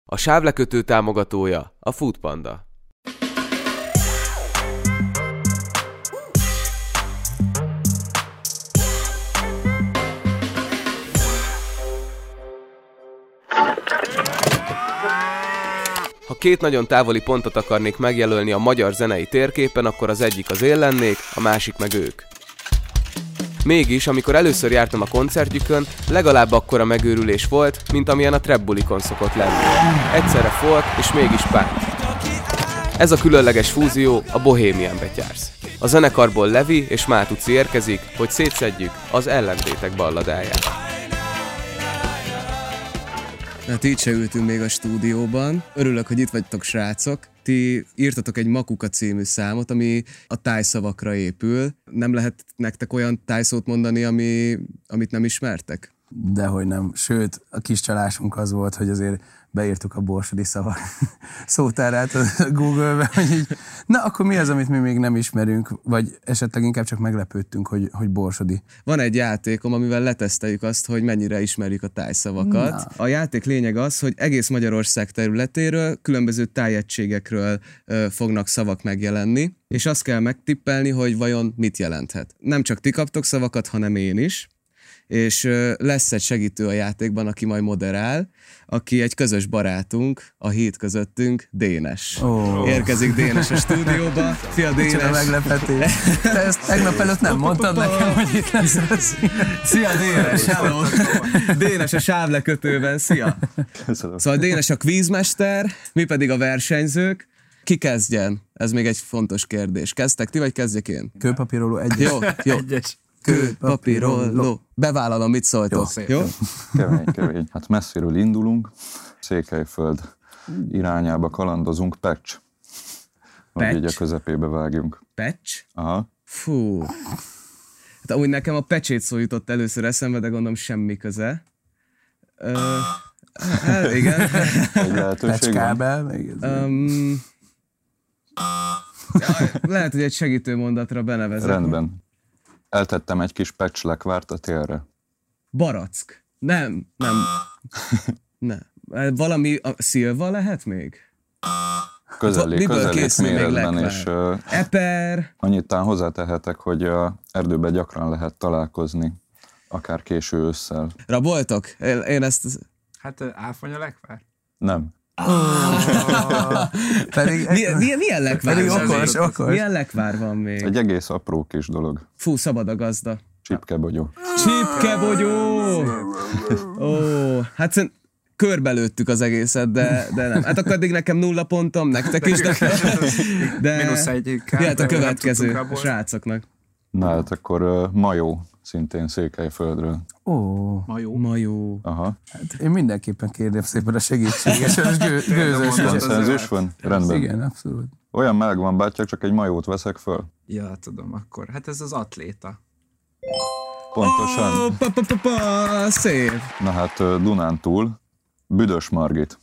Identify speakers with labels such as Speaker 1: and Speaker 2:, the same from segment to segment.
Speaker 1: A sávlekötő támogatója a Foodpanda. Ha két nagyon távoli pontot akarnék megjelölni a magyar zenei térképen, akkor az egyik az én lennék, a másik meg ők. Mégis, amikor először jártam a koncertjükön, legalább akkora megőrülés volt, mint amilyen a trap bulikon szokott lenni. Egyszerre folk és mégis punk. Ez a különleges fúzió a Bohemian Betyársz. A zenekarból Levi és Mátuci érkezik, hogy szétszedjük az ellentétek balladáját.
Speaker 2: Hát így se ültünk még a stúdióban. Örülök, hogy itt vagytok, srácok. Ti írtatok egy Makuka című számot, ami a tájszavakra épül. Nem lehet nektek olyan tájszót mondani, amit nem ismertek?
Speaker 3: Dehogy nem. Sőt, a kis csalásunk az volt, hogy azért beírtuk a borsodi szavak szótárát a Google-be, hogy így, na akkor mi az, amit mi még nem ismerünk, vagy esetleg inkább csak meglepődtünk, hogy borsodi.
Speaker 2: Van egy játékom, amivel leteszteljük azt, hogy mennyire ismerjük a tájszavakat. Na. A játék lényeg az, hogy egész Magyarország területéről, különböző tájegységekről fognak szavak megjelenni, és azt kell megtippelni, hogy vajon mit jelenthet. Nem csak ti kaptok szavakat, hanem én is. És lesz egy segítő a játékban, aki majd moderál, aki egy közös barátunk, a híd közöttünk, Dénes. Érkezik Dénes a stúdióba. Szia, Dénes!
Speaker 3: Micsoda meglepetés. Te ezt tegnap előtt nem mondtad nekem, hogy itt lesz.
Speaker 2: Szia, Dénes! Hello! Dénes a sávlekötőben, szia!
Speaker 4: Köszönöm.
Speaker 2: Szóval Dénes a kvízmester, mi pedig a versenyzők. Ki kezdjen? Ez még egy fontos kérdés. Kezdtek ti, vagy kezdjek én?
Speaker 3: Kőpapírolló egyes.
Speaker 2: Jó.
Speaker 3: Egyes.
Speaker 2: Kőpapírolló. Bevállalom, mit szóltok. Jó?
Speaker 4: Kemény. Hát messziről indulunk, Székelyföld irányába kalandozunk, Pecs. Hogy így a közepébe vágjunk.
Speaker 2: Pecs?
Speaker 4: Aha.
Speaker 2: Fú. Hát amúgy nekem a pecsét szó jutott először eszembe, de gondolom semmi köze. Igen.
Speaker 4: Egy lehetőség
Speaker 3: Pecskábel.
Speaker 2: Lehet, hogy egy segítő mondatra benevezem.
Speaker 4: Rendben. Eltettem egy kis pecslekvárt a télre.
Speaker 2: Barack. Nem. Valami szilva lehet még?
Speaker 4: Közelít méretben, és
Speaker 2: eper.
Speaker 4: annyit talán hozzátehetek, hogy a erdőben gyakran lehet találkozni, akár késő ősszel.
Speaker 2: Raboltok? Én ezt...
Speaker 5: Hát áfonya lekvár?
Speaker 4: Nem.
Speaker 2: Milyen lekvár?
Speaker 3: Pedig okos.
Speaker 2: Milyen lekvár van még?
Speaker 4: Egy egész apró kis dolog.
Speaker 2: Fú, szabad a gazda.
Speaker 4: Csipkebogyó.
Speaker 2: Csipkebogyó! Ó, hát körbelőttük az egészet, de nem. Hát akkor addig nekem 0 pontom, nektek is, de
Speaker 5: -1.
Speaker 2: Jöhet a következő srácoknak.
Speaker 4: Na hát akkor Majó, szintén Székelyföldről.
Speaker 2: Majó.
Speaker 4: Aha.
Speaker 3: Hát én mindenképpen kérném szépen a segítséget, és gőzös.
Speaker 4: Konszenzus van? Rendben.
Speaker 3: Igen, abszolút.
Speaker 4: Olyan meleg van, bátyák, csak egy majót veszek föl.
Speaker 5: Ja, tudom, akkor. Hát ez az atléta.
Speaker 4: Pontosan.
Speaker 2: Szép.
Speaker 4: Na hát Dunántúl, Büdös Margit.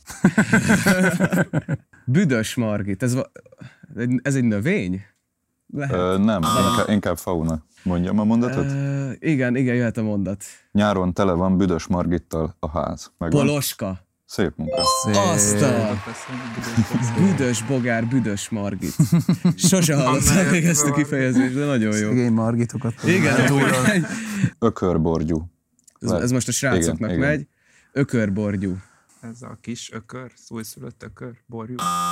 Speaker 2: Büdös Margit. Ez egy növény?
Speaker 4: Nem, inkább fauna. Mondjam a mondatot?
Speaker 2: Igen, jöhet a mondat.
Speaker 4: Nyáron tele van Büdös Margittal a ház. Megvan?
Speaker 2: Poloska.
Speaker 4: Szép munka.
Speaker 2: Azt a büdös bogár, Büdös Margit. Sose hallottam még ezt a kifejezést, de nagyon jó.
Speaker 3: Szegény Margitokat.
Speaker 2: Igen,
Speaker 4: Ökörborgyú.
Speaker 2: Ez most a srácoknak
Speaker 4: igen.
Speaker 2: megy. Ökörborgyú.
Speaker 5: Ez a kis ökör, újszülött ökör, borjú.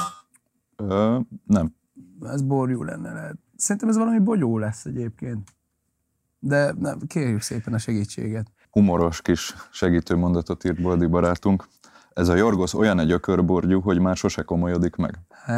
Speaker 4: Nem.
Speaker 3: Ez borjú lenne lehet. Szerintem ez valami bogyó lesz egyébként. De nem, kérjük szépen a segítséget.
Speaker 4: Humoros kis segítőmondatot írt Boldi barátunk. Ez a Jorgosz olyan egy ökörborgyú, hogy már sose komolyodik meg.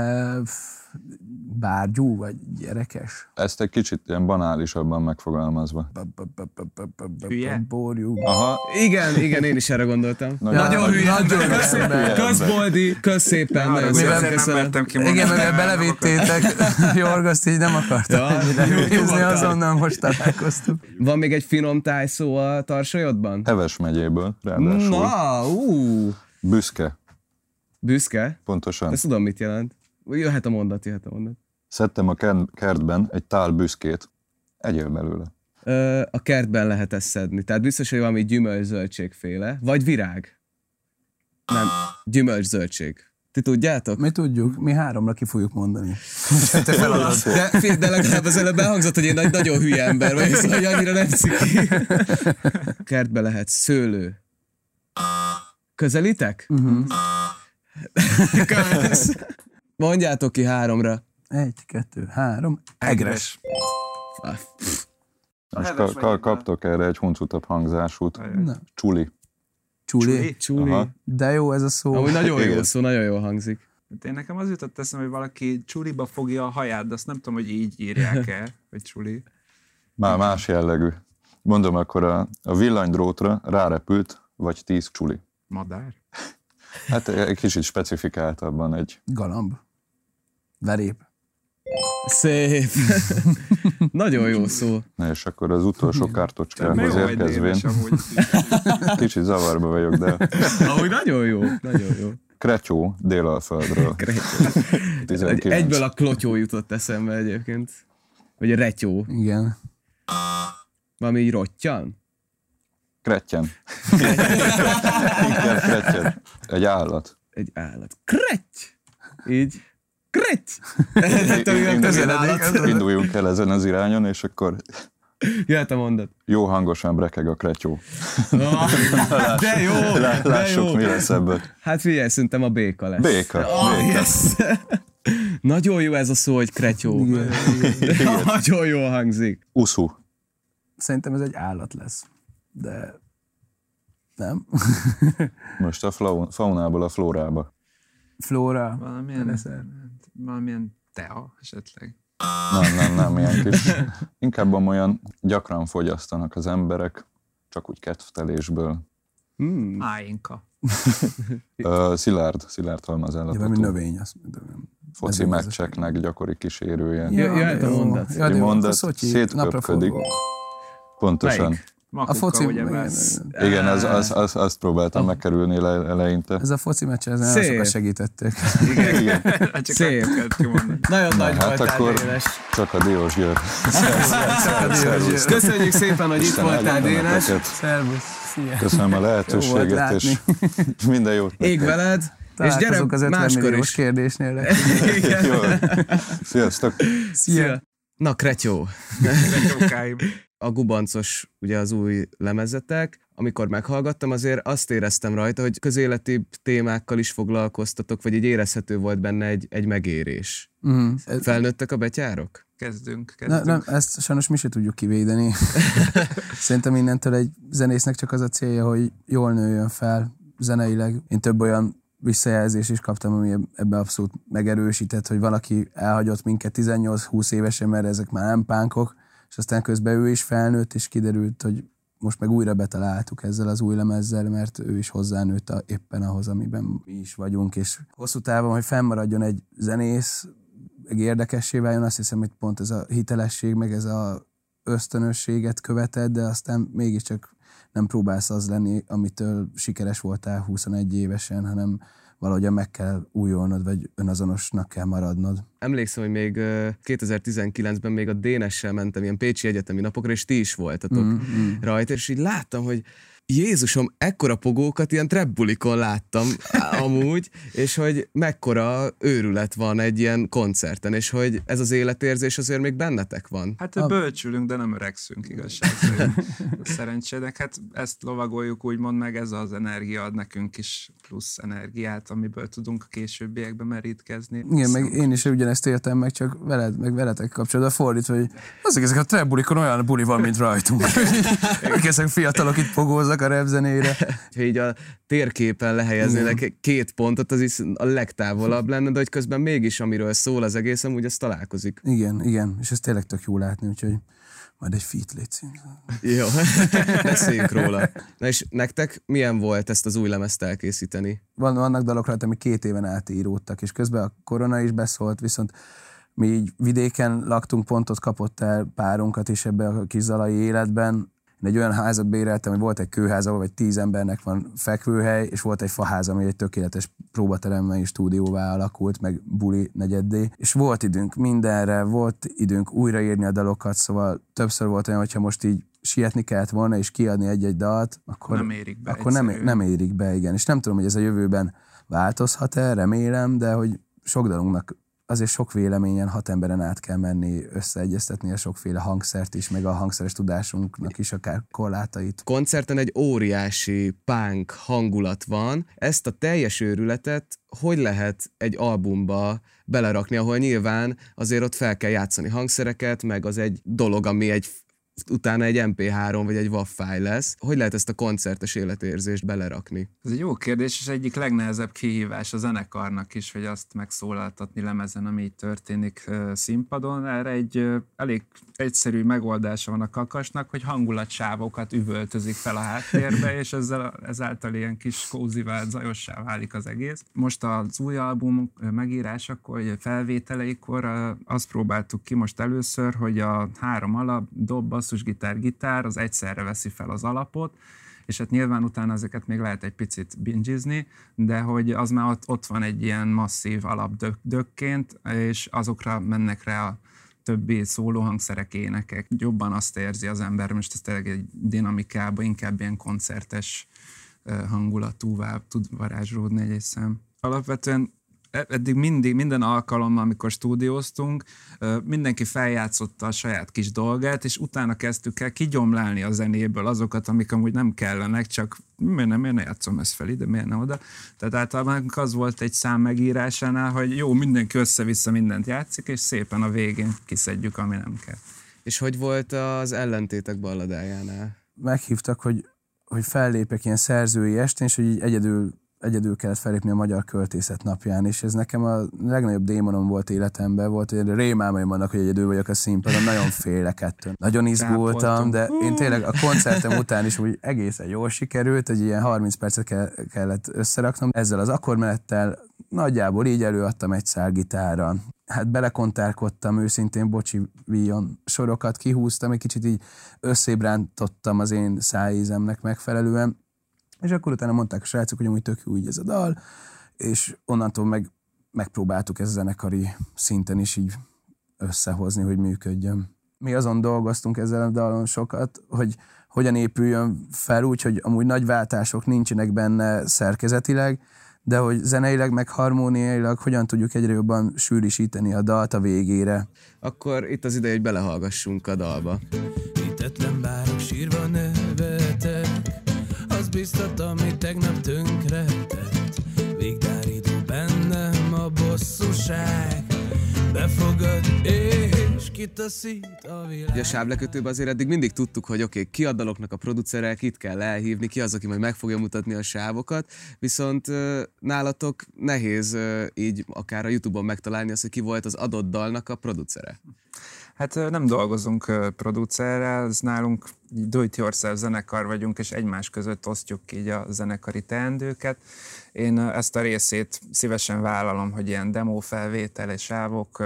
Speaker 3: Bárgyú, vagy gyerekes?
Speaker 4: Ezt egy kicsit ilyen banálisabban megfogalmazva.
Speaker 5: Hülye?
Speaker 3: Borjú.
Speaker 4: Aha.
Speaker 2: Igen, én is erre gondoltam.
Speaker 4: Nagyon
Speaker 2: hülye. Kösz Boldi, kösz szépen. Nagyon szépen köszönöm.
Speaker 3: Igen, mert belevittétek, Jorgoszt így nem akartam ennyire hűzni, azonnal most találkoztuk.
Speaker 2: Van még egy finom tájszó a Tarsolyodban?
Speaker 4: Heves megyéből, ráadásul. Büszke.
Speaker 2: Büszke?
Speaker 4: Pontosan.
Speaker 2: Ezt tudom, mit jelent. Jöhet a mondat.
Speaker 4: Szedtem a kertben egy tál büszkét. Egyél belőle.
Speaker 2: A kertben lehet ezt szedni. Tehát biztos, hogy valami gyümölcs-zöldségféle. Vagy virág. Nem, gyümölcs-zöldség. Ti tudjátok?
Speaker 3: Mi tudjuk, mi 3-ra ki fogjuk mondani. Te feladod.
Speaker 2: De legalább az előbb elhangzott, hogy én nagyon hülye ember vagyok, szóval hogy annyira nem ciki. Kertbe lehet szőlő. Közelítek? Kösz. Mondjátok ki 3-ra.
Speaker 3: 1, 2, 3. Egres.
Speaker 4: Most kaptok erre egy huncutabb hangzásút.
Speaker 3: Na.
Speaker 4: Csuli.
Speaker 3: Csuli.
Speaker 4: Aha.
Speaker 3: De jó ez a szó.
Speaker 2: Amúgy nagyon jó
Speaker 4: Igen.
Speaker 2: szó, nagyon jól hangzik.
Speaker 5: Én nekem az jutott eszembe, hogy valaki csuliba fogja a haját, de azt nem tudom, hogy így írják-e, hogy csuli.
Speaker 4: Már más jellegű. Mondom, akkor a villanydrótra rárepült, vagy 10 csuli.
Speaker 5: Madár?
Speaker 4: Hát egy kicsit specifikáltabban egy...
Speaker 3: Galamb. Verép.
Speaker 2: Szép. Nagyon jó szó.
Speaker 4: Na és akkor az utolsó kártocskához
Speaker 5: Jó, hogy
Speaker 4: érkezvén.
Speaker 5: dénes amúgy.
Speaker 4: Kicsit zavarba vagyok, de
Speaker 2: Amúgy nagyon jó. Nagyon jó.
Speaker 4: Kretyó Délalföldről. 19.
Speaker 2: Egyből a klotyó jutott eszembe egyébként. Vagy a retyó.
Speaker 3: Igen.
Speaker 2: Valami így rottyan?
Speaker 4: Krettyen. Inkább krettyen. Egy állat.
Speaker 2: Egy állat. Kretty! Így. Kretty! Nem tudom, milyen közeledék.
Speaker 4: Induljunk el ezen az irányon, és akkor
Speaker 2: Jöhet a mondat.
Speaker 4: jó hangosan brekeg a kretyó.
Speaker 2: De jó! De
Speaker 4: Lássuk,
Speaker 2: jó!
Speaker 4: mi lesz ebből.
Speaker 2: Hát figyelj, szerintem a béka lesz.
Speaker 4: Béka. Béka.
Speaker 2: Yes. Nagyon jó ez a szó, hogy kretyó. Nagyon jól hangzik.
Speaker 4: Uszú.
Speaker 3: Szerintem ez egy állat lesz. De nem.
Speaker 4: Most a faunából a flórába.
Speaker 3: Flóra.
Speaker 5: Valamilyen tea esetleg.
Speaker 4: Nem, ilyen kis. Inkább olyan gyakran fogyasztanak az emberek, csak úgy kedvtelésből.
Speaker 5: Áinka.
Speaker 4: Szilárd
Speaker 3: Ja,
Speaker 4: halmazállatot.
Speaker 3: valami növény. Azt
Speaker 4: Foci meccseknek gyakori kísérője.
Speaker 2: Jöhet a mondat.
Speaker 3: Ja, de jó,
Speaker 4: mondat,
Speaker 3: a Szotyi
Speaker 4: szétköpködik.
Speaker 3: napraforgó.
Speaker 4: Pontosan.
Speaker 2: Melyik?
Speaker 5: Makuka,
Speaker 3: A foci...
Speaker 5: ugye
Speaker 3: Igen,
Speaker 5: vesz.
Speaker 4: Igen, azt próbáltam megkerülni eleinte.
Speaker 3: Ez a foci meccs, ez nagyon
Speaker 2: Szép.
Speaker 3: sokat segítették.
Speaker 4: Igen.
Speaker 5: Csak
Speaker 2: Szép.
Speaker 5: ezt kellett kimondani.
Speaker 2: Nagyon nagy
Speaker 4: Hát
Speaker 2: voltál,
Speaker 4: akkor
Speaker 2: Dénes.
Speaker 4: csak a Diós György. Szervusz.
Speaker 2: Köszönjük szépen, hogy itt
Speaker 4: Isten
Speaker 2: voltál,
Speaker 4: áldjon
Speaker 2: Dénes.
Speaker 4: benneteket.
Speaker 3: Szervusz. Szia.
Speaker 4: Köszönöm a
Speaker 3: Jó volt
Speaker 4: lehetőséget,
Speaker 3: látni.
Speaker 4: és minden jót
Speaker 2: Ég
Speaker 4: nektek.
Speaker 2: veled, és gyere
Speaker 3: Találkozunk az 50
Speaker 2: máskor
Speaker 3: milliós
Speaker 2: is.
Speaker 3: kérdésnél.
Speaker 4: Jó. Sziasztok.
Speaker 2: Szia. Na, kretyó.
Speaker 5: Kretyókáim.
Speaker 2: A gubancos, ugye az új lemezetek, amikor meghallgattam, azért azt éreztem rajta, hogy közéleti témákkal is foglalkoztatok, vagy így érezhető volt benne egy megérés. Felnőttek a betyárok?
Speaker 5: Kezdünk.
Speaker 3: Nem, ezt sajnos mi se tudjuk kivédeni. Szerintem innentől egy zenésznek csak az a célja, hogy jól nőjön fel zeneileg. Én több olyan visszajelzést is kaptam, ami ebben abszolút megerősített, hogy valaki elhagyott minket 18-20 évesen, mert ezek már nem pánkok, és aztán közben ő is felnőtt, és kiderült, hogy most meg újra betaláltuk ezzel az új lemezzel, mert ő is hozzánőtt éppen ahhoz, amiben mi is vagyunk, és hosszú távon, hogy fennmaradjon egy zenész, egy érdekessé váljon, azt hiszem, hogy pont ez a hitelesség, meg ez a ösztönösséget követed, de aztán mégiscsak nem próbálsz az lenni, amitől sikeres voltál 21 évesen, hanem valahogyan meg kell újulnod, vagy önazonosnak kell maradnod.
Speaker 2: Emlékszem, hogy még 2019-ben még a Dénessel mentem ilyen pécsi egyetemi napokra, és ti is voltatok rajta, és így láttam, hogy Jézusom, ekkora pogókat ilyen trepbulikon láttam amúgy, és hogy mekkora őrület van egy ilyen koncerten, és hogy ez az életérzés azért még bennetek van.
Speaker 5: Hát bölcsülünk, de nem öregszünk igazság szerint. Szerencsének, hát ezt lovagoljuk úgymond meg, ez az energia ad nekünk is plusz energiát, amiből tudunk a későbbiekben merítkezni.
Speaker 3: Igen, meg én is ugyanezt értem meg, csak veled, meg veletek kapcsolatban fordítva, hogy ezek a trepbulikon olyan buli van, mint rajtunk. Ezek fiatalok itt pogóznak a repzenére.
Speaker 2: Ha így a térképen lehelyeznének 2 pontot, az is a legtávolabb lenne, de hogy közben mégis amiről szól az egész, amúgy az találkozik.
Speaker 3: Igen, és ez tényleg tök jó látni, úgyhogy majd egy feat létszín.
Speaker 2: Jó, beszéljünk róla. Na és nektek milyen volt ezt az új lemezt elkészíteni?
Speaker 3: Vannak dalok rajta, ami 2 éven át íródtak, és közben a korona is beszólt, viszont mi így vidéken laktunk, pontot kapott el párunkat is ebbe a kis zalai életben. Én egy olyan házat béreltem, hogy volt egy kőház, ahol vagy 10 embernek van fekvőhely, és volt egy faház, ami egy tökéletes próbateremmel és stúdióvá alakult, meg buli negyeddé. És volt időnk mindenre, volt időnk újraírni a dalokat, szóval többször volt olyan, hogyha most így sietni kellett volna, és kiadni egy-egy dalt, akkor
Speaker 5: nem érik be.
Speaker 3: Akkor nem érik be, igen. És nem tudom, hogy ez a jövőben változhat-e, remélem, de hogy sok dalunknak azért sok véleményen 6 emberen át kell menni, összeegyeztetni a sokféle hangszert is, meg a hangszeres tudásunknak is akár korlátait.
Speaker 2: Koncerten egy óriási punk hangulat van. Ezt a teljes őrületet hogy lehet egy albumba belerakni, ahol nyilván azért ott fel kell játszani hangszereket, meg az egy dolog, ami utána egy MP3 vagy egy WAV file lesz. Hogy lehet ezt a koncertes életérzést belerakni?
Speaker 5: Ez egy jó kérdés, és egyik legnehezebb kihívás a zenekarnak is, hogy azt megszólaltatni lemezen, ami így történik színpadon. Erre egy elég egyszerű megoldása van a Kakasnak, hogy hangulatsávokat üvöltözik fel a háttérbe, és ezáltal ilyen kis kózivált, zajossá válik az egész. Most az új album megírásakor, vagy felvételeikor azt próbáltuk ki most először, hogy a 3 alap, dob, basszusgitár, gitár, az egyszerre veszi fel az alapot, és hát nyilván utána ezeket még lehet egy picit bingizni, de hogy az már ott van egy ilyen masszív alapdökként, és azokra mennek rá a többi szólóhangszerek, énekek. Jobban azt érzi az ember, most ez tényleg egy dinamikába, inkább ilyen koncertes hangulatúvá tud varázslódni egy szám. Alapvetően eddig minden alkalommal, amikor stúdióztunk, mindenki feljátszotta a saját kis dolgát, és utána kezdtük el kigyomlálni a zenéből azokat, amik amúgy nem kellenek, csak miért ne játszom ezt fel ide, miért ne oda. Tehát általában az volt egy szám megírásánál, hogy jó, mindenki össze-vissza mindent játszik, és szépen a végén kiszedjük, ami nem kell.
Speaker 2: És hogy volt az Ellentétek balladájánál?
Speaker 3: Meghívtak, hogy fellépek ilyen szerzői estén, és hogy így egyedül kellett fellépni a Magyar Költészet napján, és ez nekem a legnagyobb démonom volt életemben, volt, hogy rémálmaim vannak, hogy egyedül vagyok a színpadon, nagyon félek ettől. Nagyon izgultam, de én tényleg a koncertem után is úgy egészen jól sikerült, hogy ilyen 30 percet kellett összeraknom. Ezzel az akkordmenettel nagyjából így előadtam egy szál gitárral. Hát belekontárkodtam, őszintén bocsi víjon sorokat kihúztam, egy kicsit így összébrántottam az én szájízemnek megfelelően, és akkor utána mondták a srácok, hogy amúgy tök jó így ez a dal, és onnantól megpróbáltuk ezt zenekari szinten is így összehozni, hogy működjön. Mi azon dolgoztunk ezzel a dalon sokat, hogy hogyan épüljön fel úgy, hogy amúgy nagy váltások nincsenek benne szerkezetileg, de hogy zeneileg meg harmóniailag hogyan tudjuk egyre jobban sűrűsíteni a dalt a végére.
Speaker 2: Akkor itt az ideje, hogy belehallgassunk a dalba.
Speaker 6: Hitetlen bárok sírva nevetek, az biztat, ami tegnap tönkretett. Végdáridó bennem a bosszúság, befogad és kitaszít a világ.
Speaker 2: Ugye a sávlekötőben azért eddig mindig tudtuk, hogy oké, ki a daloknak a producere, kit kell elhívni, ki az, aki majd meg fogja mutatni a sávokat, viszont nálatok nehéz így akár a YouTube-on megtalálni azt, hogy ki volt az adott dalnak a producere.
Speaker 5: Hát nem dolgozunk producerrel, ez nálunk do-it-yourself zenekar vagyunk, és egymás között osztjuk így a zenekari teendőket. Én ezt a részét szívesen vállalom, hogy ilyen demo felvétel és sávok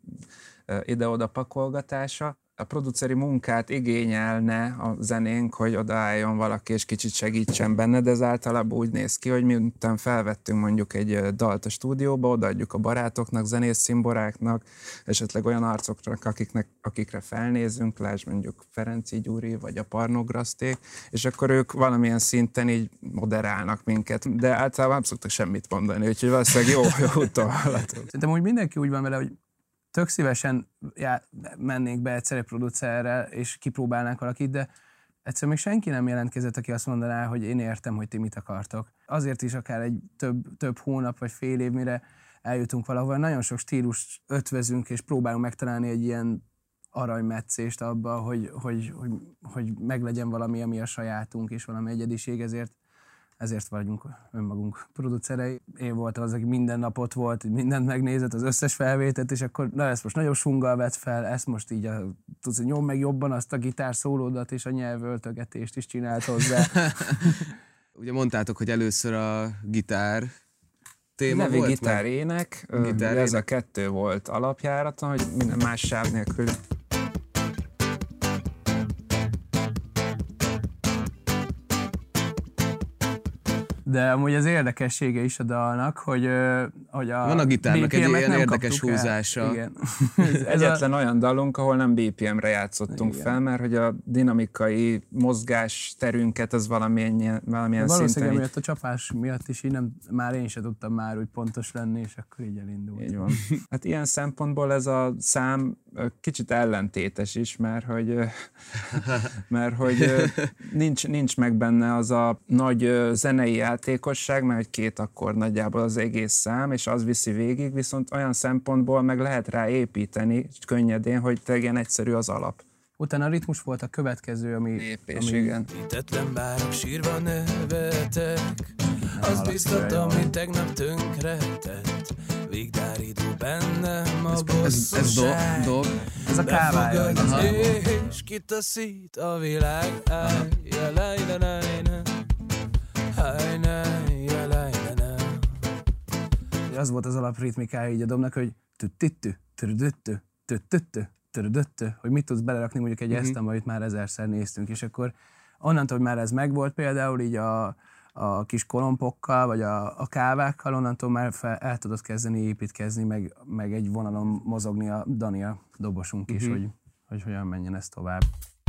Speaker 5: ide-oda pakolgatása. A produceri munkát igényelne a zenénk, hogy odaálljon valaki és kicsit segítsen benne, de ez általában úgy néz ki, hogy miután felvettünk mondjuk egy dalt a stúdióba, odaadjuk a barátoknak, zenész szimboráknak, esetleg olyan arcoknak, akikre felnézünk, lásd mondjuk Ferenci Gyuri vagy a Parnograszték, és akkor ők valamilyen szinten így moderálnak minket, de általában nem szoktak semmit mondani, úgyhogy valószínűleg jó úton haladunk.
Speaker 3: Szerintem úgy mindenki úgy van vele, hogy tök szívesen mennénk be egy szerepproducerrel, és kipróbálnánk valakit, de egyszerűen még senki nem jelentkezett, aki azt mondaná, hogy én értem, hogy ti mit akartok. Azért is akár egy több hónap vagy fél év, mire eljutunk valahol. Nagyon sok stílust ötvözünk, és próbálunk megtalálni egy ilyen aranymetszést abba, hogy meglegyen valami, ami a sajátunk, és valami egyediség, ezért vagyunk önmagunk producerei. Én voltam az, aki minden nap ott volt, mindent megnézett, az összes felvételt, és akkor na, ezt most nagyobb sunggal vett fel, ezt most így tudsz, nyom meg jobban azt a gitár szólódat, és a nyelvöltögetést is csinált hozzá.
Speaker 2: Ugye mondtátok, hogy először a gitár téma
Speaker 5: Levi
Speaker 2: volt?
Speaker 5: Gitárének, ez a 2 volt alapjárata, hogy minden más sáv nélkül.
Speaker 3: De amúgy az érdekessége is a dalnak, hogy a
Speaker 2: van a gitárnak egy ilyen érdekes húzása.
Speaker 3: Igen.
Speaker 5: Egyetlen olyan dalunk, ahol nem BPM-re játszottunk
Speaker 3: igen.
Speaker 5: fel, mert hogy a dinamikai mozgás terünket az valamilyen
Speaker 3: valószínűleg
Speaker 5: szinten...
Speaker 3: miatt a csapás miatt is így már én sem tudtam már úgy pontos lenni, és akkor így elindult.
Speaker 5: Így van. Hát ilyen szempontból ez a szám kicsit ellentétes is, mert hogy nincs meg benne az a nagy zenei játékosság, mert hogy 2 akkord nagyjából az egész szám, és az viszi végig, viszont olyan szempontból meg lehet rá építeni könnyedén, hogy tegyen egyszerű az alap.
Speaker 3: Utána a ritmus volt a következő, ami...
Speaker 5: Lépés, igen.
Speaker 6: Hitetlen bárok sírva nevetek, az biztat, ami tegnap tönkretett. Végdáridó bennem a bosszúság.
Speaker 2: Ez
Speaker 3: Ez a kávája.
Speaker 6: És kitaszít a világ.
Speaker 3: Az volt az alapritmikája így a dobnak, hogy hogy mit tudsz belerakni mondjuk egy esztem, amit már 1000-szer néztünk, és akkor onnantól, hogy már ez megvolt például így a kis kolompokkal, vagy a kávákkal, onnantól már el tudod kezdeni építkezni, meg egy vonalon mozogni a Dani, a dobosunk is, hogy hogyan menjen ez tovább.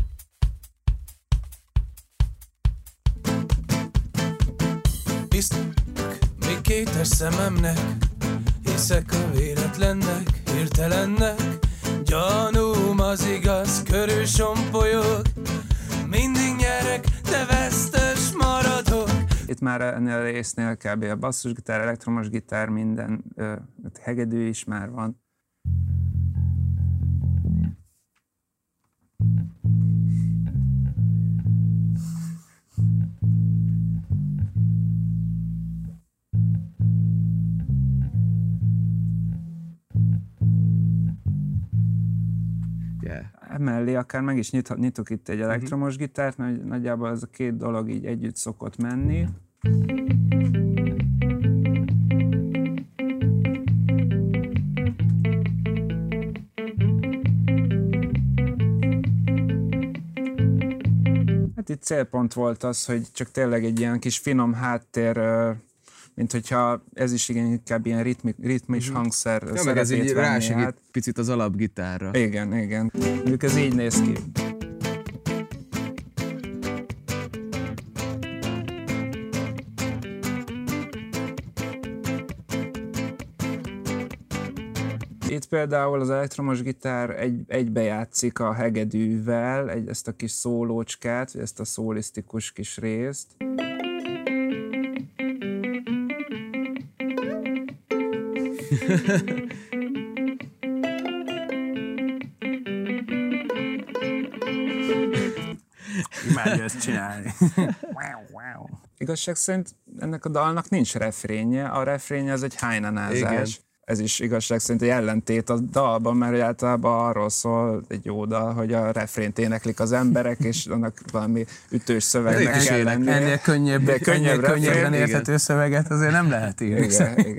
Speaker 6: Biztos, még kétes szememnek, hiszek a véletlennek, hirtelennek, gyanúm az igaz, körül sompolyog, mindig nyerek, de vesztes maradok.
Speaker 5: Itt már ennél a résznél kb. A basszusgitár, elektromos gitár, minden hegedű is már van.
Speaker 2: Yeah.
Speaker 5: Emellé akár meg is nyitok itt egy elektromos gitárt, mert nagyjából ez a 2 dolog így együtt szokott menni. Hát itt célpont volt az, hogy csak tényleg egy ilyen kis finom háttér, mint hogyha ez is inkább ilyen ritmis hangszer
Speaker 2: Ja, meg ez így rásegít picit az alapgitárra.
Speaker 5: Igen. Mondjuk ez így néz ki. Itt például az elektromos gitár egybejátszik a hegedűvel, ezt a kis szólócskát, ezt a szólisztikus kis részt.
Speaker 3: Imádja ezt csinálni.
Speaker 5: Igazság szerint ennek a dalnak nincs refrénje, a refrénje az egy hájnanázás. Ez is igazság szerint egy ellentét a dalban, mert általában arról szól egy jó dal, hogy a refrént éneklik az emberek, és annak valami ütős szövegnek kell lennie.
Speaker 3: Ennél könnyebben érthető szöveget azért nem lehet írni.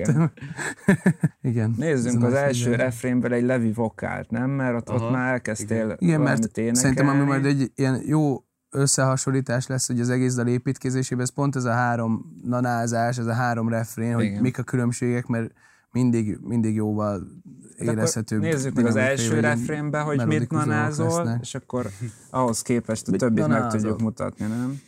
Speaker 3: Igen.
Speaker 5: Nézzünk az első refrénből egy Levi vokált, nem? Mert ott már elkezdtél valamit énekelni.
Speaker 3: Szerintem ami majd egy ilyen jó összehasonlítás lesz, hogy az egész dal építkezésében, ez pont ez a 3 nanázás, ez a 3 refrén, hogy mik a különbségek, mert mindig jóval érezhetőbb.
Speaker 5: Nézzük meg az első refrénben, hogy mit nanázol, és akkor ahhoz képest a többit meg tudjuk mutatni, nem?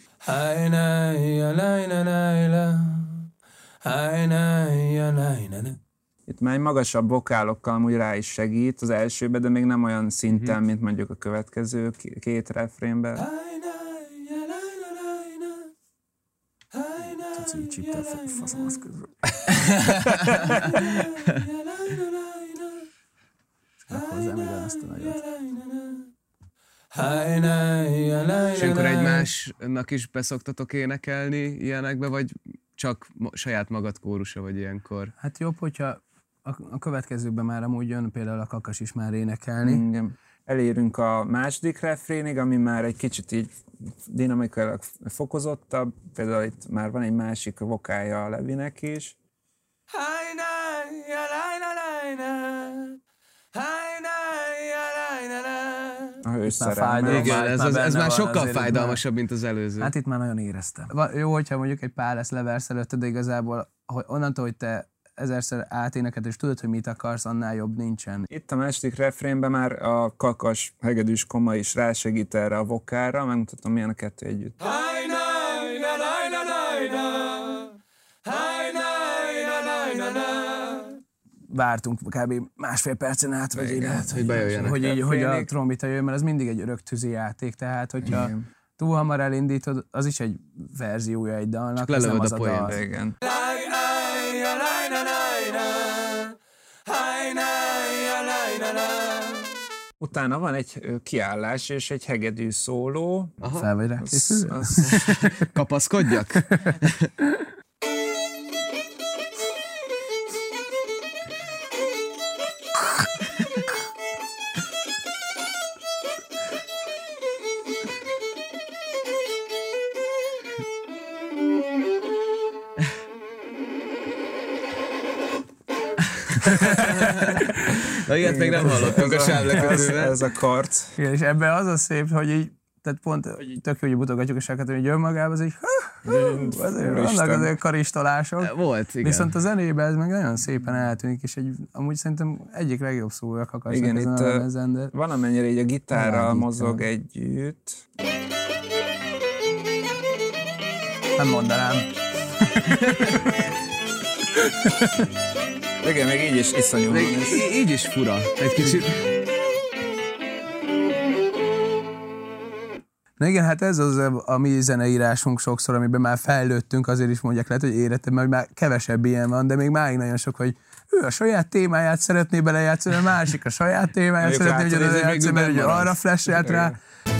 Speaker 5: Itt már magasabb vokálokkal amúgy rá is segít az elsőbe, de még nem olyan szinten, mint mondjuk a következő 2 refrénben.
Speaker 3: Tudsz így csípte a faszomasz közül. Hozzám ugyanazt a nagyot.
Speaker 2: És akkor egymásnak is beszoktatok énekelni ilyenekbe, vagy csak saját magad kórusa vagy ilyenkor?
Speaker 3: Hát jobb, hogyha a következőkben már amúgy jön például a Kakas is már énekelni.
Speaker 5: Igen. Elérünk a második refrénig, ami már egy kicsit így dinamikailag fokozottabb. Például itt már van egy másik vokálja a Levinek is. Ő erős szerelem.
Speaker 2: Igen, ez már sokkal fájdalmasabb, mint az előző.
Speaker 3: Hát itt már nagyon éreztem. Jó, hogyha mondjuk egy pár lesz leversz előtte, de igazából onnantól, hogy te ezerszer áténeked, és tudod, hogy mit akarsz, annál jobb nincsen.
Speaker 5: Itt a második refrénben már a kakas, hegedűs koma is rásegít erre a vokára, megmutatom, milyen a kettő együtt.
Speaker 3: Vártunk kb. Másfél percen át, vagy lehet,
Speaker 2: hogy bejöjjenek.
Speaker 3: Hogy a trombita jöjjön, mert ez mindig egy örök tűzi játék, tehát hogyha túl hamar elindítod, az is egy verziója egy dalnak,
Speaker 2: ez nem
Speaker 3: az
Speaker 2: a
Speaker 3: dal.
Speaker 5: Igen. Utána van egy kiállás és egy hegedű szóló.
Speaker 3: Fel vagy rá készülve?
Speaker 2: Kapaszkodjak? Na ilyet még nem hallottunk a sávlekötőben.
Speaker 5: Ez a karc.
Speaker 3: Igen, és ebben az a szép, hogy így, tehát pont tök jó, hogy mutogatjuk a sákat, hogy önmagában az így, vannak azért karistolások.
Speaker 2: Volt, igen.
Speaker 3: Viszont a zenében ez meg nagyon szépen eltűnik, és amúgy szerintem egyik legjobb szóló a kakasnak.
Speaker 5: Igen, itt valamennyire így a gitárral mozog együtt.
Speaker 3: Nem mondanám.
Speaker 5: Igen, még így is iszonyú.
Speaker 2: Így is fura. Egy kicsit.
Speaker 3: Na igen, hát ez az a mi zeneírásunk sokszor, amiben már fejlődtünk, azért is mondják, lehet, hogy érettem, mert már kevesebb ilyen van, de még máig nagyon sok, hogy ő a saját témáját szeretné belejátszani, a másik a saját témáját szeretné belejátszani, mert ugye arra flash-elt rá.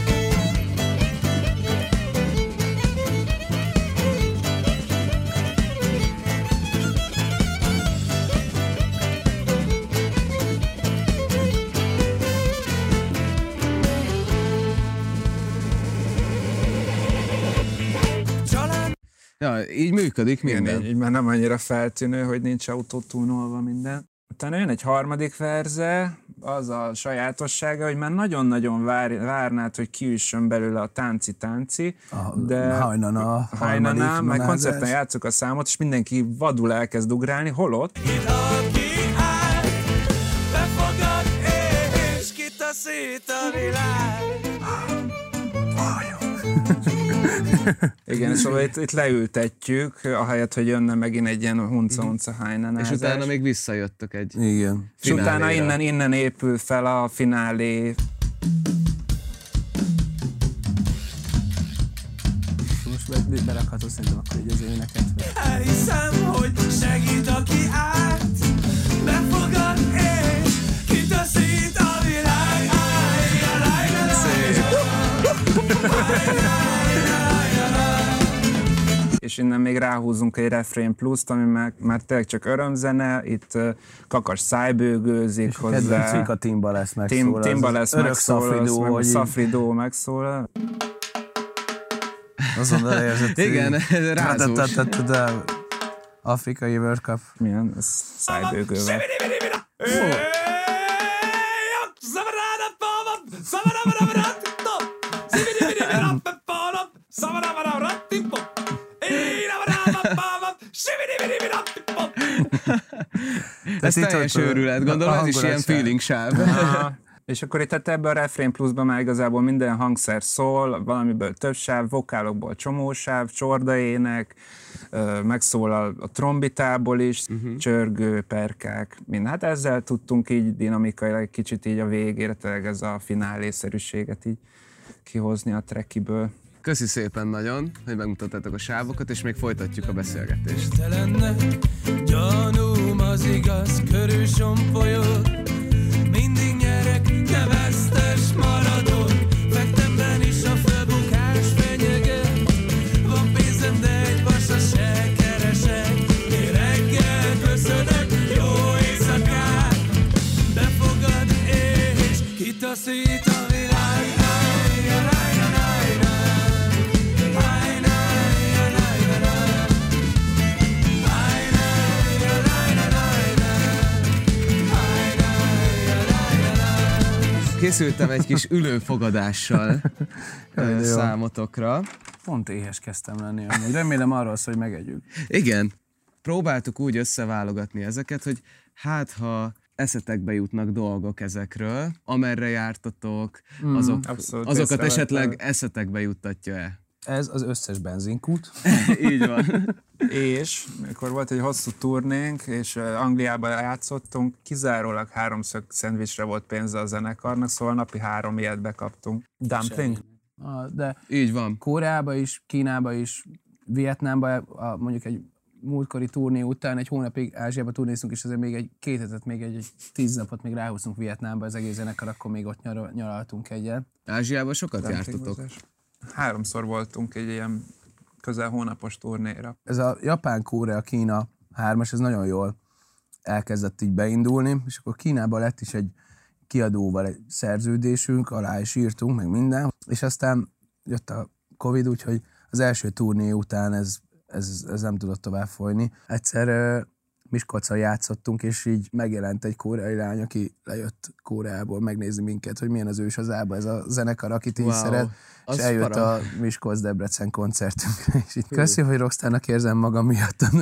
Speaker 2: Ja, így működik minden.
Speaker 5: Igen, így már nem annyira feltűnő, hogy nincs autotúnolva minden. Utána jön egy harmadik verze, az a sajátossága, hogy már nagyon-nagyon várnád, hogy kiüssön belőle a tánci, de hajnana, meg koncerten játszuk a számot, és mindenki vadul elkezd ugrálni, holott
Speaker 6: befogad és kitaszít a világ.
Speaker 5: Igen, szóval itt leültetjük, ahelyett, hogy jönne megint egy ilyen hunca-hunca hajnanázás.
Speaker 2: És utána még visszajöttök egy
Speaker 3: igen.
Speaker 5: És utána innen épül fel a finálé.
Speaker 3: Most berakhatod szerintem akkor így az éneket.
Speaker 6: Elhiszem, hogy segít, aki át, befogad és kitaszít a világ.
Speaker 5: És innen még ráhúzunk egy refrén pluszt, ami már tényleg csak örömzene, itt kakas szájbőgőzik hozzá.
Speaker 3: Kedvencünk a Timbalesz megszólal.
Speaker 5: Timbalesz megszólal, Safridó megszólal.
Speaker 3: Azonnal érzett.
Speaker 2: Igen, rázós.
Speaker 3: Afrikai World Cup.
Speaker 5: Milyen? Ez szájbőgővel.
Speaker 2: Ez teljes őrület, gondolom, ez is ilyen feeling sáv.
Speaker 5: És akkor itt ebben a refrén pluszban már igazából minden hangszer szól, valamiből több sáv, vokálokból csomósáv, csordaének, megszólal a trombitából is, csörgő, perkák, mind. Hát ezzel tudtunk így dinamikailag kicsit így a végére, tényleg ez a finálészerűséget így kihozni a trackiből.
Speaker 2: Köszi szépen nagyon, hogy megmutattátok a sávokat, és még folytatjuk a beszélgetést.
Speaker 6: Gyanúm az igaz, körülsompolyog, mindig nyerek, de vesztes maradok. Fektemben is a fölbukás fenyeget, van pénzem, de egy basa se keresek. Én reggel köszönök, jó éjszakát, befogad és kitaszít a világ.
Speaker 2: Készültem egy kis ülőfogadással számotokra.
Speaker 3: Pont éhes kezdtem lenni, amúgy. Remélem arról szól, hogy megegyük.
Speaker 2: Igen. Próbáltuk úgy összeválogatni ezeket, hogy hát ha eszetekbe jutnak dolgok ezekről, amerre jártatok, azokat esetleg eszetekbe juttatja-e?
Speaker 3: Ez az összes benzinkút.
Speaker 2: Így van.
Speaker 5: És mikor volt egy hosszú turnénk, és Angliában játszottunk, kizárólag 3 szendvicsre volt pénze a zenekarnak, szóval napi 3 ilyet bekaptunk. Dumpling?
Speaker 3: De
Speaker 2: így van.
Speaker 3: Koreába is, Kínába is, Vietnámba, mondjuk egy múltkori turné után egy hónapig Ázsiába turnéztunk, és azért még egy 2 hetet, még egy 10 napot még ráhúztunk Vietnámba, az egész zenekar, akkor még ott nyaraltunk egyet.
Speaker 2: Ázsiába sokat jártatok?
Speaker 5: 3-szor voltunk egy ilyen közel hónapos turnéra.
Speaker 3: Ez a Japán, Korea, Kína 3-as, ez nagyon jól elkezdett így beindulni, és akkor Kínában lett is egy kiadóval egy szerződésünk, alá is írtunk, meg minden, és aztán jött a Covid, úgyhogy az első turné után ez nem tudott tovább folyni. Egyszer Miskolcon játszottunk, és így megjelent egy koreai lány, aki lejött Koreából megnézni minket, hogy milyen az ős hazába ez a zenekar, akit így szeret, és eljött a Miskolc-Debrecen koncertünkre, és így köszi, hogy rockstarnak érzem magam miattam.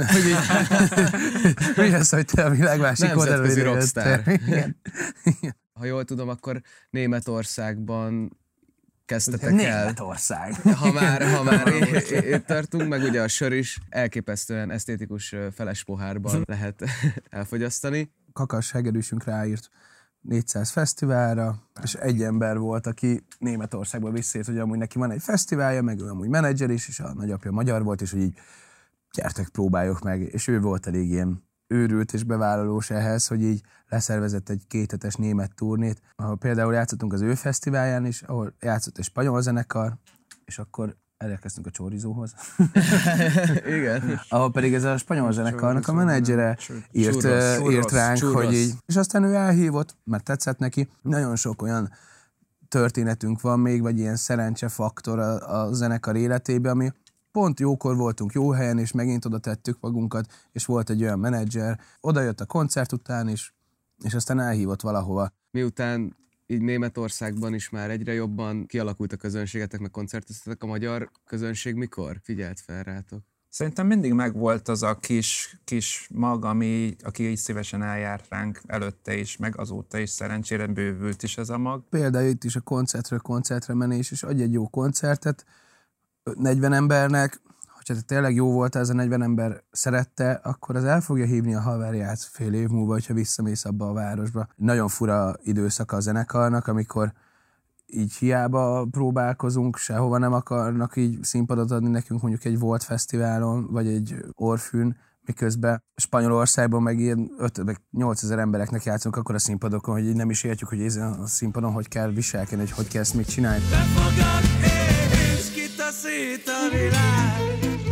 Speaker 3: Mi az, hogy te a világ másik oldalról
Speaker 2: rockstar. Ha jól tudom, akkor Németországban kezdtetek el.
Speaker 3: Németország.
Speaker 2: Ha már itt tartunk, meg ugye a sör is elképesztően esztétikus feles pohárban lehet elfogyasztani.
Speaker 3: Kakas hegedűsünk ráírt 400 fesztiválra, és egy ember volt, aki Németországból visszaért, hogy amúgy neki van egy fesztiválja, meg ő amúgy menedzser is, és a nagyapja magyar volt, és hogy így gyertek, próbáljuk meg, és ő volt elég ilyen őrült és bevállalós ehhez, hogy így leszervezett egy 2 hetes német turnét, ahol például játszottunk az ő fesztiválján is, ahol játszott egy spanyol zenekar, és akkor elérkeztünk a Chorizóhoz.
Speaker 2: Igen.
Speaker 3: Ahol pedig ez a spanyol zenekarnak a menedzsere írt ránk, hogy így, és aztán ő elhívott, mert tetszett neki. Nagyon sok olyan történetünk van még, vagy ilyen szerencsefaktor a zenekar életében, ami pont jókor voltunk jó helyen, és megint oda tettük magunkat, és volt egy olyan menedzser, oda jött a koncert után is, és aztán elhívott valahova.
Speaker 2: Miután így Németországban is már egyre jobban kialakult a közönségetek, meg koncerteztetek, a magyar közönség mikor figyelt fel rátok?
Speaker 5: Szerintem mindig megvolt az a kis mag, aki így szívesen eljárt ránk előtte is, meg azóta is szerencsére bővült is ez a mag.
Speaker 3: Például itt is a koncertről koncertre menés, és adj egy jó koncertet 40 embernek, hogyha tényleg jó volt ez a 40 ember szerette, akkor az el fogja hívni a haverját fél év múlva, hogyha visszamész abba a városba. Nagyon fura időszaka a zenekarnak, amikor így hiába próbálkozunk, sehova nem akarnak így színpadot adni nekünk, mondjuk egy Volt fesztiválon, vagy egy Orfűn, miközben Spanyolországban meg ilyen 5-8 ezer embereknek játszunk akkor a színpadokon, hogy így nem is értjük, hogy ezen a színpadon hogy kell viselkedni, hogy kell ezt mit csinálni.
Speaker 6: Befogad és kitaszít a világ.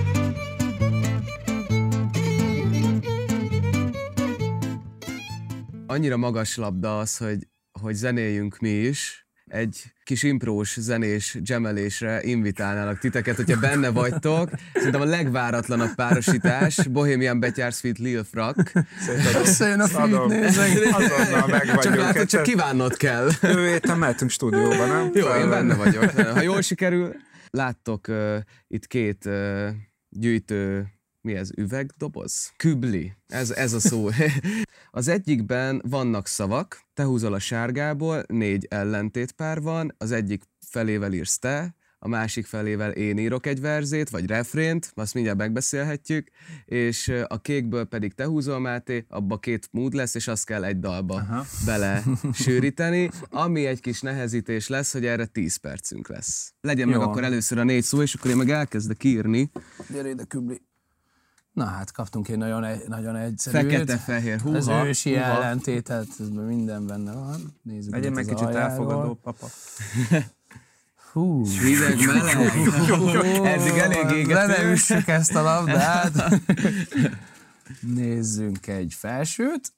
Speaker 2: Annyira magas labda az, hogy zenéljünk mi is. Egy kis imprós, zenés jamelésre invitálnálak titeket, hogyha benne vagytok. Szerintem a legváratlanabb párosítás, Bohemian Betyár's Feet Lil Frak.
Speaker 3: Összejön a feed, nézzük.
Speaker 5: Azonnal meg vagyunk.
Speaker 2: Csak látod, csak kívánnod kell.
Speaker 5: Jövő héten mehetünk stúdióba, nem?
Speaker 2: Jó, én benne vagyok. Ha jól sikerül, láttok itt 2 gyűjtő, mi ez, üvegdoboz? Kübli, ez a szó. Az egyikben vannak szavak, te húzol a sárgából, 4 ellentétpár van, az egyik felével írsz te, a másik felével én írok egy verzét, vagy refrént, azt mindjárt megbeszélhetjük, és a kékből pedig te húzol, Máté, abba 2 mód lesz, és azt kell egy dalba bele sűríteni, ami egy kis nehezítés lesz, hogy erre 10 percünk lesz. Legyen meg akkor először a 4 szó, és akkor én meg elkezdek írni.
Speaker 3: Gyere ide, Kübli. Na hát, kaptunk egy nagyon egyszerűt.
Speaker 2: Fekete-fehér, húha.
Speaker 3: Az ősi ellentétet, minden benne van. Nézzük,
Speaker 5: legyen meg kicsit elfogadó, papa.
Speaker 3: Hú.
Speaker 2: Hideg, meleg. Eddig elég égető.
Speaker 3: Le ne üssük ezt a labdát. Nézzünk egy felsőt.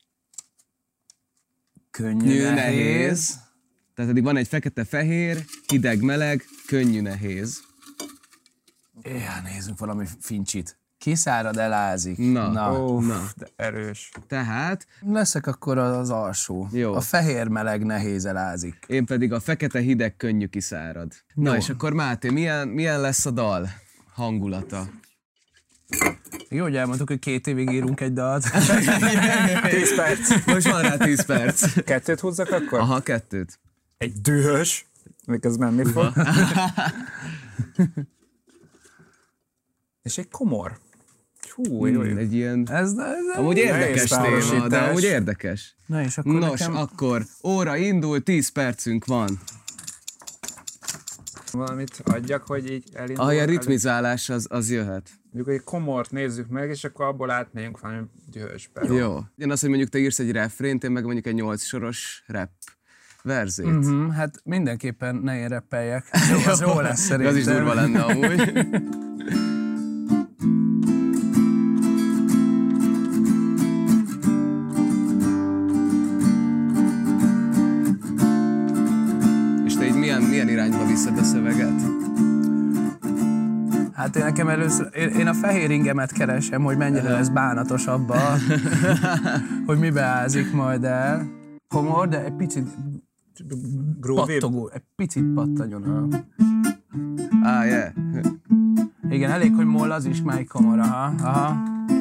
Speaker 3: Könnyű, nehéz.
Speaker 2: Tehát eddig van egy fekete-fehér, hideg, meleg, könnyű, nehéz.
Speaker 3: Nézzünk valami fincsit. Kiszárad, elázik.
Speaker 2: Na.
Speaker 5: De erős.
Speaker 2: Tehát
Speaker 3: Leszek akkor az alsó.
Speaker 2: Jó.
Speaker 3: A fehér meleg nehéz elázik.
Speaker 2: én pedig a fekete hideg könnyű kiszárad. Na és akkor Máté, milyen lesz a dal hangulata?
Speaker 3: Jó, hogy elmondtuk, hogy 2 évig írunk egy dalt.
Speaker 5: 10 perc.
Speaker 2: Most van rá 10 perc.
Speaker 5: 2 húzzak akkor?
Speaker 2: Aha, 2.
Speaker 5: Egy dühös, még ez menni fog. És egy komor. Hú, jó.
Speaker 2: Egy ilyen...
Speaker 3: Ez
Speaker 2: Amúgy érdekes téma, de
Speaker 5: párosítás.
Speaker 2: amúgy érdekes.
Speaker 3: Na és akkor
Speaker 2: Nos,
Speaker 3: nekem...
Speaker 2: akkor óra indul, 10 percünk van.
Speaker 5: Valamit adjak, hogy így elindul.
Speaker 2: A ritmizálás az jöhet.
Speaker 5: Mondjuk egy komort nézzük meg, és akkor abból átmegyünk valami dühösbe.
Speaker 2: Jó. Én azt, hogy mondjuk te írsz egy refrént, én meg mondjuk egy 8 soros rap verzét.
Speaker 3: Hát mindenképpen ne én rappeljek. Az jó lesz szerintem.
Speaker 2: Az is durva lenne amúgy. És te így milyen irányba viszed a szöveget?
Speaker 3: Hát én nekem először, én a fehér ingemet keresem, hogy mennyire lesz bánatos abba, hogy mibe ázik majd el. Komor, de egy picit pattogó, egy picit pattogjon.
Speaker 2: Yeah.
Speaker 3: Igen, elég, hogy moll, az is már egy komor, aha.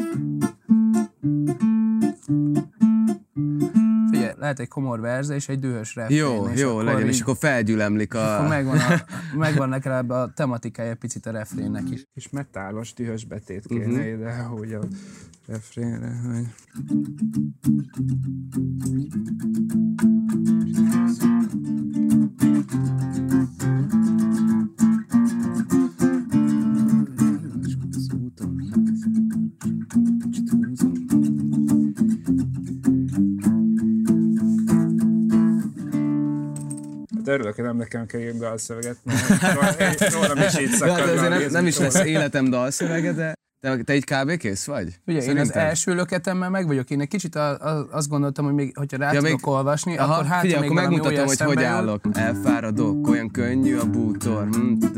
Speaker 3: Figyelj, lehet egy komor verze és egy dühös refrén.
Speaker 2: Jó, legyen, és akkor felgyülemlik a...
Speaker 3: Akkor megvan nekem a tematikája picit a refrénnek is.
Speaker 5: És metálos dühös betét kéne ide, hogy a refrénre, hogy... De örülök, hogy nem nekem kell írni dalszöveget, mert rólam is így szakad.
Speaker 2: Nem is lesz életem dalszövege, de te így kb. Kész vagy?
Speaker 3: Ugye, én az első löketemmel meg vagyok. Én egy kicsit azt gondoltam, hogy még, hogyha rá tudok olvasni, akkor hát
Speaker 2: figyelj,
Speaker 3: még
Speaker 2: akkor
Speaker 3: valami
Speaker 2: megmutatom, hogy
Speaker 3: eszembe
Speaker 2: hogy
Speaker 3: jut.
Speaker 2: állok. Elfáradok, olyan könnyű a bútor.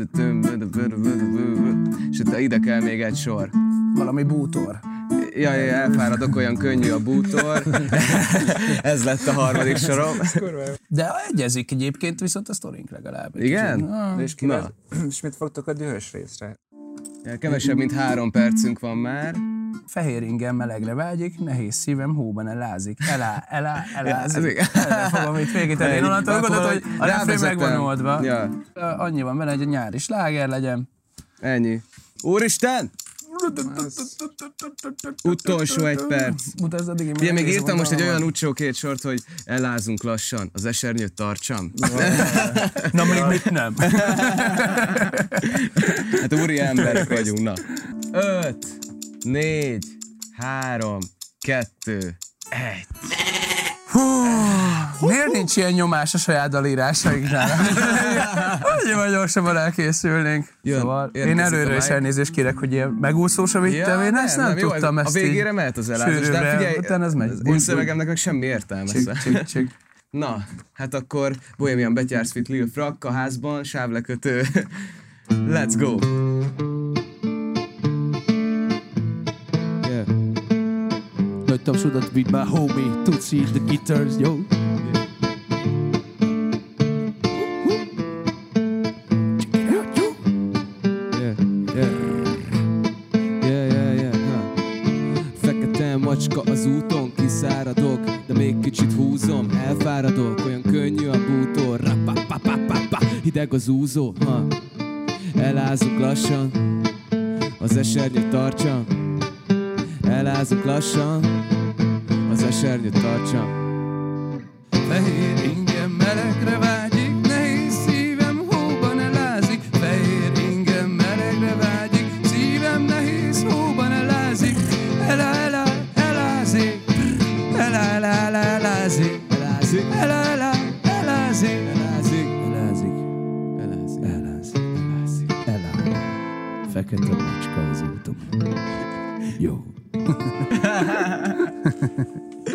Speaker 2: És itt ide kell még egy sor.
Speaker 3: Valami bútor.
Speaker 2: Jaj, elfáradok, olyan könnyű a bútor. Ez lett a harmadik sorom.
Speaker 3: De egyezik egyébként, viszont a sztorink legalább.
Speaker 2: Igen?
Speaker 5: És mit fogtok a dühös részre?
Speaker 2: Kevesebb, mint 3 percünk van már.
Speaker 3: Fehér ingem melegre vágyik, nehéz szívem hóban elázik. Elázik. Ezzel fogom itt végíteni. Én onnantól gondolod, hogy a refrén meg van oldva.
Speaker 2: Ja.
Speaker 3: Annyi van benne, hogy egy nyári sláger legyen.
Speaker 2: Ennyi. Úristen! Utolsó 1 perc. Ugye még írtam most egy olyan utcsó 2 sort, hogy ellázunk lassan, az esernyőt tartsam.
Speaker 3: Na még mit nem?
Speaker 2: Hát úri emberek vagyunk, na. 5, 4, 3, 2, 1.
Speaker 3: Miért nincs ilyen nyomás a saját dalírásainknál? Annyival gyorsabban elkészülnénk. Szóval én előre is elnézést kérek, hogy ilyen megúszósra vittem, én ezt nem tudtam ezt.
Speaker 2: A végére mehet az elázás, de figyelj,
Speaker 3: ez megy.
Speaker 2: én szövegemnek meg semmi értelme. Na, hát akkor Bohemian Betyársz fit Lil Frak a házban, sávlekötő. Let's go!
Speaker 7: Nagy tapsodat with my homie Tutsi the guitars, yo.
Speaker 1: Fekete macska az úton, kiszáradok, de még kicsit húzom, elfáradok, olyan könnyű a bútor, rapapapapapa, hideg az úzó, elázunk lassan, az esernyőt tartsam, elázunk lassan, az esernyőt tartsam.
Speaker 3: Fehér ingem melegre vágyik, nehéz szívem hóban elázik. Fehér ingem melegre vágyik, szívem nehéz hóban elázik. Elázik, elázik,
Speaker 7: Fekete macska az úton. Jó.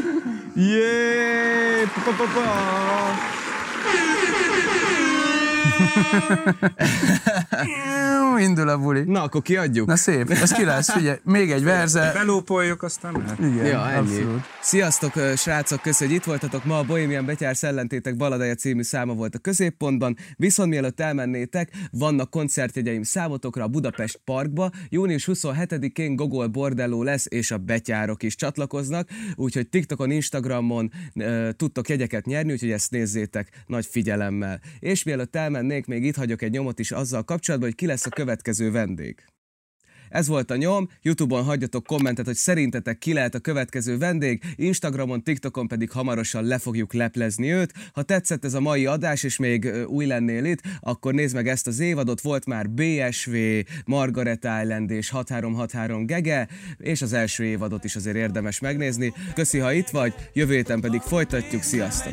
Speaker 2: Yeah!
Speaker 3: Indul a buli.
Speaker 2: Na, akkor kiadjuk?
Speaker 3: Na szép, ez ki lesz, figyelj, még egy verze.
Speaker 5: Belópoljuk, aztán mehet.
Speaker 3: Igen,
Speaker 2: Ja, ennyi.
Speaker 3: abszolút.
Speaker 2: Sziasztok, srácok, köszönjük, hogy itt voltatok. Ma a Bohemian Betyár Szellentétek Baladája című száma volt a középpontban. Viszont mielőtt elmennétek, vannak koncertjegyeim számotokra a Budapest Parkba. Június 27-én Gogol Bordello lesz, és a betyárok is csatlakoznak, úgyhogy TikTokon, Instagramon tudtok jegyeket nyerni, úgyhogy ezt nézzétek nagy figyelemmel. És mielőtt elmennék, még itt hagyok egy nyomot is azzal kapcsolatban, hogy ki lesz a következő vendég. Ez volt a nyom, YouTube-on hagyjatok kommentet, hogy szerintetek ki lehet a következő vendég, Instagramon, TikTokon pedig hamarosan le fogjuk leplezni őt. Ha tetszett ez a mai adás, és még új lennél itt, akkor nézd meg ezt az évadot, volt már BSV, Margaret Island és 6363 Gege, és az első évadot is azért érdemes megnézni. Köszi, ha itt vagy, jövő héten pedig folytatjuk, sziasztok!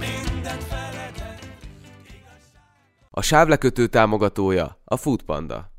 Speaker 1: A sávlekötő támogatója a Foodpanda.